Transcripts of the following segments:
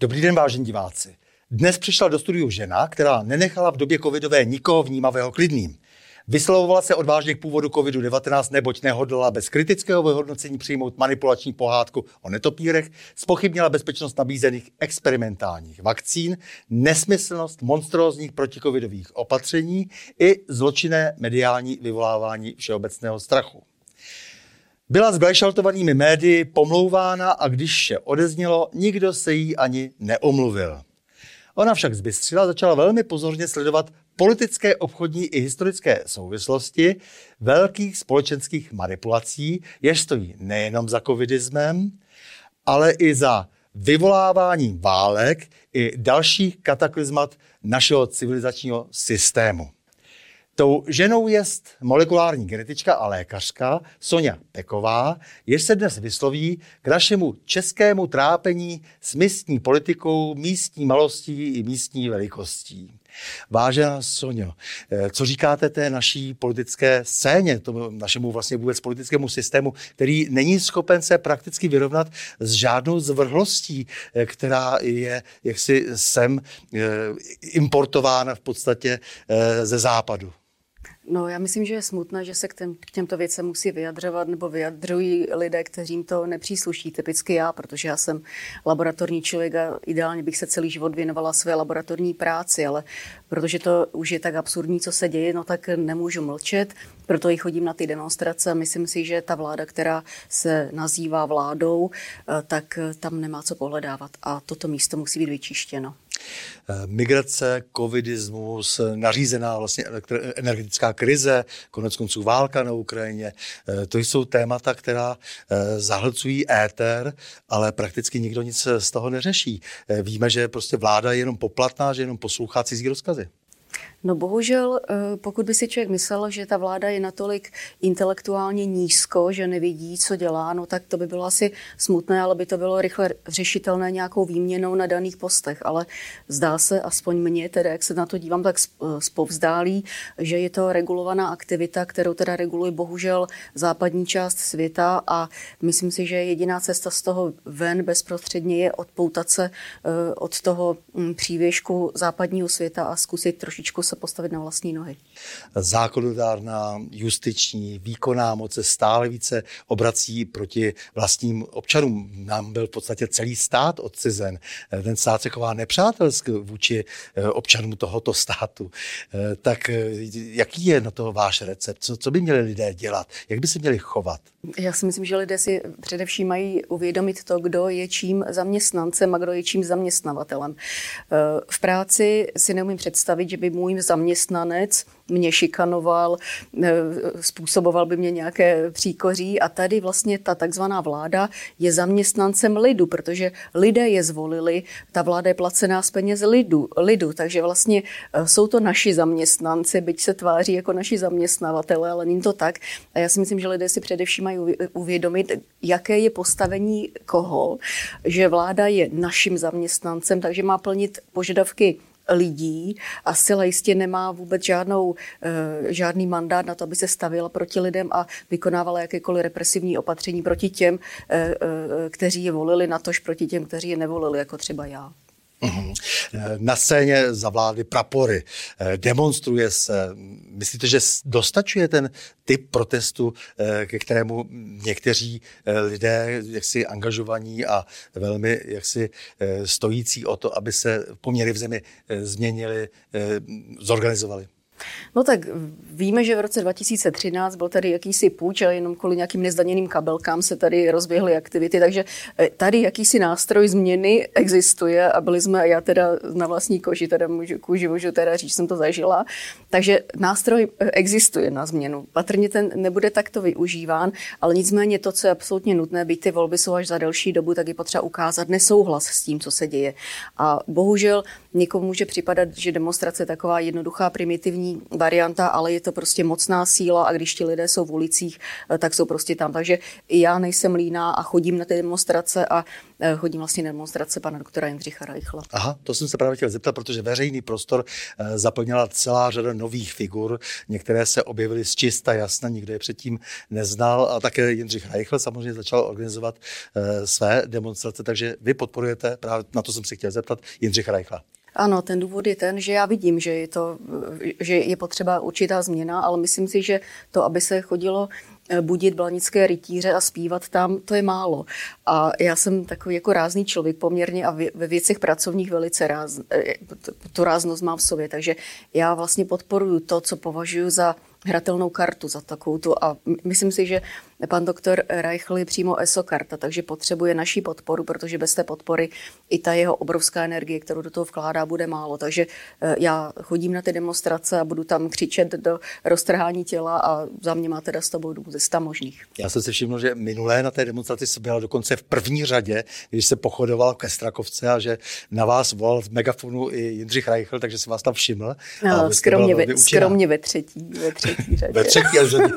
Dobrý den, vážení diváci. Dnes přišla do studiu žena, která nenechala v době covidové nikoho vnímavého klidným. Vyslovovala se odvážně k původu covidu-19, neboť nehodlala bez kritického vyhodnocení přijmout manipulační pohádku o netopírech, zpochybnila bezpečnost nabízených experimentálních vakcín, nesmyslnost monstrózních protikovidových opatření i zločinné mediální vyvolávání všeobecného strachu. Byla s gleišaltovanými médii pomlouvána a když vše odeznělo, nikdo se jí ani neomluvil. Ona však zbystřila, začala velmi pozorně sledovat politické, obchodní i historické souvislosti velkých společenských manipulací, jež stojí nejenom za covidismem, ale i za vyvoláváním válek i dalších kataklizmat našeho civilizačního systému. Tou ženou je molekulární genetička a lékařka Soňa Peková, jež se dnes vysloví k našemu českému trápení s místní politikou, místní malostí i místní velikostí. Vážená Soňo, co říkáte té naší politické scéně, tomu našemu vlastně vůbec politickému systému, který není schopen se prakticky vyrovnat s žádnou zvrhlostí, která je jaksi sem importována v podstatě ze západu? No, já myslím, že je smutné, že se k těmto věcem musí vyjadřovat nebo vyjadřují lidé, kteřím to nepřísluší. Typicky já, protože já jsem laboratorní člověk a ideálně bych se celý život věnovala své laboratorní práci, ale protože to už je tak absurdní, co se děje, no tak nemůžu mlčet, proto i chodím na ty demonstrace. Myslím si, že ta vláda, která se nazývá vládou, tak tam nemá co pohledávat a toto místo musí být vyčištěno. Migrace, covidismus, nařízená vlastně energetická krize, koneckonců válka na Ukrajině, to jsou témata, která zahlcují éter, ale prakticky nikdo nic z toho neřeší. Víme, že prostě vláda je jenom poplatná, že jenom poslouchá cizí rozkazy. No bohužel, pokud by si člověk myslel, že ta vláda je natolik intelektuálně nízko, že nevidí, co dělá, no tak to by bylo asi smutné, ale by to bylo rychle řešitelné nějakou výměnou na daných postech. Ale zdá se, aspoň mně, teda jak se na to dívám, tak zpovzdálí, že je to regulovaná aktivita, kterou teda reguluje bohužel západní část světa a myslím si, že jediná cesta z toho ven bezprostředně je odpoutat se od toho přívěšku západního světa a zkusit trošičku se postavit na vlastní nohy. Zákonodárná, justiční, výkonná moc se stále více obrací proti vlastním občanům. Nám byl v podstatě celý stát odcizen. Ten stát se chová nepřátelsky vůči občanům tohoto státu. Tak jaký je na to váš recept? Co by měli lidé dělat? Jak by se měli chovat? Já si myslím, že lidé si především mají uvědomit to, kdo je čím zaměstnancem a kdo je čím zaměstnavatelem. V práci si neumím představit, že by můj zaměstnanec mě šikanoval, způsoboval by mě nějaké příkoří a tady vlastně ta takzvaná vláda je zaměstnancem lidu, protože lidé je zvolili, ta vláda je placená z peněz lidu, takže vlastně jsou to naši zaměstnanci, byť se tváří jako naši zaměstnavatele, ale není to tak. A já si myslím, že lidé si především mají uvědomit, jaké je postavení koho, že vláda je naším zaměstnancem, takže má plnit požadavky lidí a zcela jistě nemá vůbec žádný mandát na to, aby se stavěla proti lidem a vykonávala jakékoliv represivní opatření proti těm, kteří je volili, natož proti těm, kteří je nevolili, jako třeba já. Na scéně za vlády prapory, demonstruje se. Myslíte, že dostačuje ten typ protestu, ke kterému někteří lidé jaksi angažovaní a velmi jaksi stojící o to, aby se poměry v zemi změnily, zorganizovali? No tak víme, že v roce 2013 byl tady jakýsi půjč a jenom kvůli nějakým nezdaněným kabelkám se tady rozběhly aktivity, takže tady jakýsi nástroj změny existuje a byli jsme, a já teda na vlastní koži, teda můžu teda říct, jsem to zažila, takže nástroj existuje na změnu. Patrně ten nebude takto využíván, ale nicméně to, co je absolutně nutné, byť ty volby jsou až za delší dobu, tak je potřeba ukázat nesouhlas s tím, co se děje. A bohužel někomu může připadat, že demonstrace je taková jednoduchá, primitivní varianta, ale je to prostě mocná síla a když ti lidé jsou v ulicích, tak jsou prostě tam. Takže i já nejsem líná a chodím na ty demonstrace a chodím vlastně na demonstrace pana doktora Jindřicha Reichla. Aha, to jsem se právě chtěl zeptat, protože veřejný prostor zaplnila celá řada nových figur. Některé se objevily z čista jasna, nikdo je předtím neznal a také Jindřich Reichl samozřejmě začal organizovat své demonstrace, takže vy podporujete, právě na to jsem se chtěl zeptat, Jindřicha Reichla. Ano, ten důvod je ten, že já vidím, že je potřeba určitá změna, ale myslím si, že to, aby se chodilo budit blanické rytíře a zpívat tam, to je málo. A já jsem takový jako rázný člověk poměrně a ve věcech pracovních velice tu ráznost mám v sobě, takže já vlastně podporuju to, co považuji za hratelnou kartu, za takovou tu a myslím si, že pan doktor Reichl je přímo ESO karta, takže potřebuje naší podporu, protože bez té podpory i ta jeho obrovská energie, kterou do toho vkládá, bude málo. Takže já chodím na ty demonstrace a budu tam křičet do roztrhání těla a za mě má teda 100 bodů ze 100 možných. Já jsem si všiml, že minulé na té demonstraci se byla dokonce v první řadě, když se pochodoval ke Strakovce a že na vás volal v megafonu i Jindřich Reichl, takže se vás tam všiml. No, skromně ve třetí řadě. Ve třetí řadě.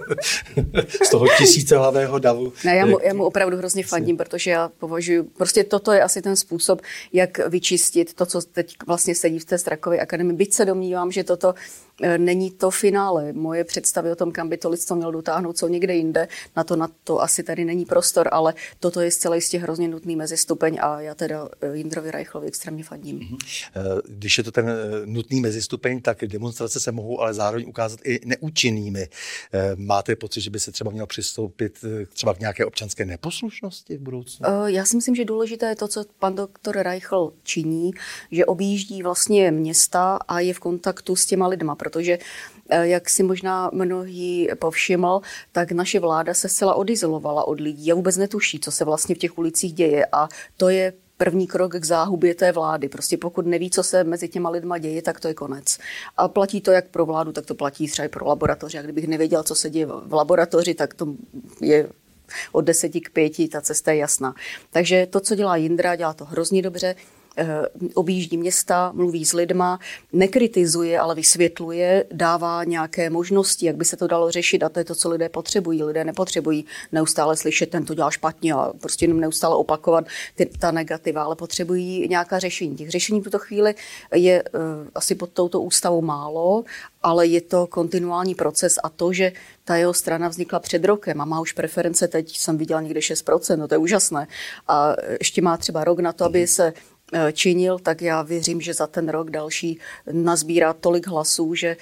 Z toho tisícehlavého davu. Ne, já mu opravdu hrozně fandím, protože já považuji, prostě toto je asi ten způsob, jak vyčistit to, co teď vlastně sedí v té Strakově akademii. Byť se domnívám, že toto není to finále. Moje představy o tom, kam by to lidstvo mělo dotáhnout, jsou někde jinde. Na to asi tady není prostor, ale toto je zcela jistě hrozně nutný mezistupeň a já teda Jindrovi Reichlovi extrémně fandím. Když je to ten nutný mezistupeň, tak demonstrace se mohou ale zároveň ukázat i neúčinnými. Máte pocit, že by se třeba mělo přistoupit třeba k nějaké občanské neposlušnosti v budoucnu? Já si myslím, že důležité je to, co pan doktor Reichl činí, že objíždí vlastně města a je v kontaktu s těma lidma, protože jak si možná mnohý povšiml, tak naše vláda se zcela odizolovala od lidí a vůbec netuší, co se vlastně v těch ulicích děje a to je první krok k záhubě té vlády. Prostě pokud neví, co se mezi těma lidma děje, tak to je konec. A platí to jak pro vládu, tak to platí třeba i pro laboratoře. A kdybych nevěděl, co se děje v laboratoři, tak to je od 10 k 5, ta cesta je jasná. Takže to, co dělá Jindra, dělá to hrozně dobře. Objíždí města, mluví s lidma, nekritizuje, ale vysvětluje, dává nějaké možnosti, jak by se to dalo řešit a to je to, co lidé potřebují. Lidé nepotřebují neustále slyšet, ten to dělá špatně a prostě jenom neustále opakovat ta negativa, ale potřebují nějaká řešení. Těch řešení v tuto chvíli je asi pod touto ústavou málo, ale je to kontinuální proces a to, že ta jeho strana vznikla před rokem a má už preference, teď jsem viděla někde 6%, no to je úžasné. A ještě má třeba rok na to, aby se činil, tak já věřím, že za ten rok další nazbírá tolik hlasů, že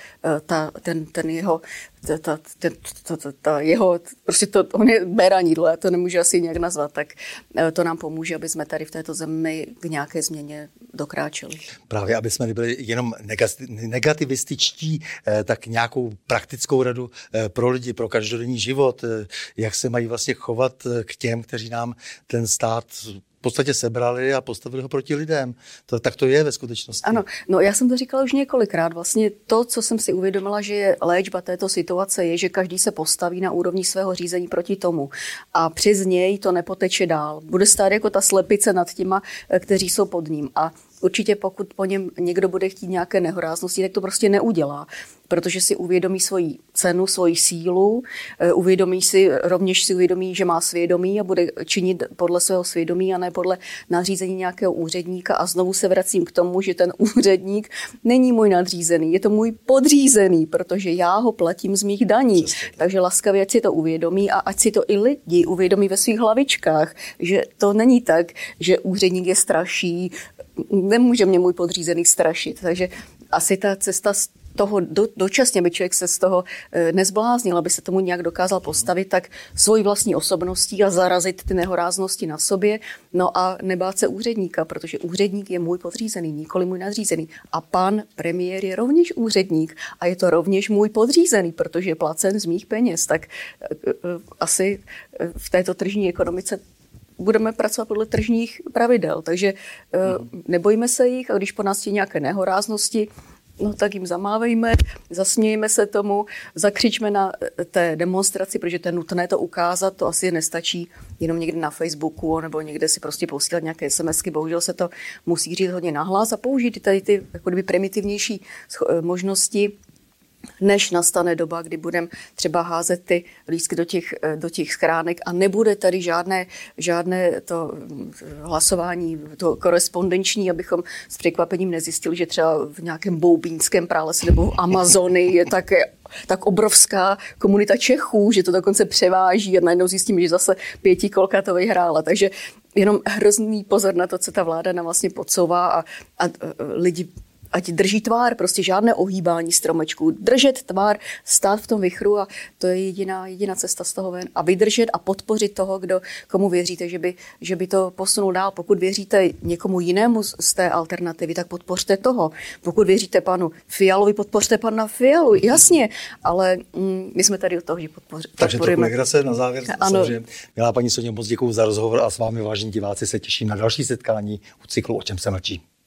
on je beranidlo, já to nemůžu asi nějak nazvat, tak to nám pomůže, aby jsme tady v této zemi k nějaké změně dokráčeli. Právě, aby jsme nebyli jenom negativističtí, tak nějakou praktickou radu pro lidi, pro každodenní život, jak se mají vlastně chovat k těm, kteří nám ten stát v podstatě sebrali a postavili ho proti lidem. Tak to je ve skutečnosti. Ano, no já jsem to říkala už několikrát. Vlastně to, co jsem si uvědomila, že je léčba této situace, je, že každý se postaví na úrovni svého řízení proti tomu. A přes něj to nepoteče dál. Bude stát jako ta slepice nad těma, kteří jsou pod ním. A určitě pokud po něm někdo bude chtít nějaké nehoráznosti, tak to prostě neudělá, protože si uvědomí svoji cenu, svoji sílu, rovněž si uvědomí, že má svědomí a bude činit podle svého svědomí a ne podle nařízení nějakého úředníka a znovu se vracím k tomu, že ten úředník není můj nadřízený, je to můj podřízený, protože já ho platím z mých daní. Takže laskavě ať si to uvědomí a ať si to i lidi uvědomí ve svých hlavičkách, že to není tak, že úředník je straší, nemůže mě můj podřízený strašit. Takže asi ta cesta z toho dočasně, aby člověk se z toho nezbláznil, aby se tomu nějak dokázal postavit, tak svojí vlastní osobností a zarazit ty nehoráznosti na sobě, no a nebát se úředníka, protože úředník je můj podřízený, nikoli můj nadřízený. A pan premiér je rovněž úředník a je to rovněž můj podřízený, protože je placen z mých peněz. Tak asi v této tržní ekonomice budeme pracovat podle tržních pravidel, takže nebojíme se jich a když po nás chtějí nějaké nehoráznosti, no tak jim zamávejme, zasmějme se tomu, zakřičme na té demonstraci, protože to je nutné to ukázat, to asi nestačí jenom někde na Facebooku nebo někde si prostě posílat nějaké SMSky, bohužel se to musí říct hodně nahlas a použít tady ty jako kdyby primitivnější možnosti, než nastane doba, kdy budeme třeba házet ty lístky do těch schránek a nebude tady žádné to hlasování, to korespondenční, abychom s překvapením nezjistili, že třeba v nějakém boubínském pralese nebo v Amazonii je tak obrovská komunita Čechů, že to dokonce převáží a najednou zjistíme, že zase pětikolka to vyhrála. Takže jenom hrozný pozor na to, co ta vláda nám vlastně podsouvá a lidi ať drží tvár, prostě žádné ohýbání stromečků, držet tvár, stát v tom vichru a to je jediná cesta z toho ven a vydržet a podpořit toho, komu věříte, že by to posunul dál. Pokud věříte někomu jinému z té alternativy, tak podpořte toho. Pokud věříte panu Fialovi, podpořte pana Fialu, jasně, ale my jsme tady od toho, že podpoříme. Takže to legrace na závěr. Samozřejmě. Milá paní Soňo, moc děkuju za rozhovor a s vámi, vážení diváci, se těším na další setkání u cyklu O čem se mlčí.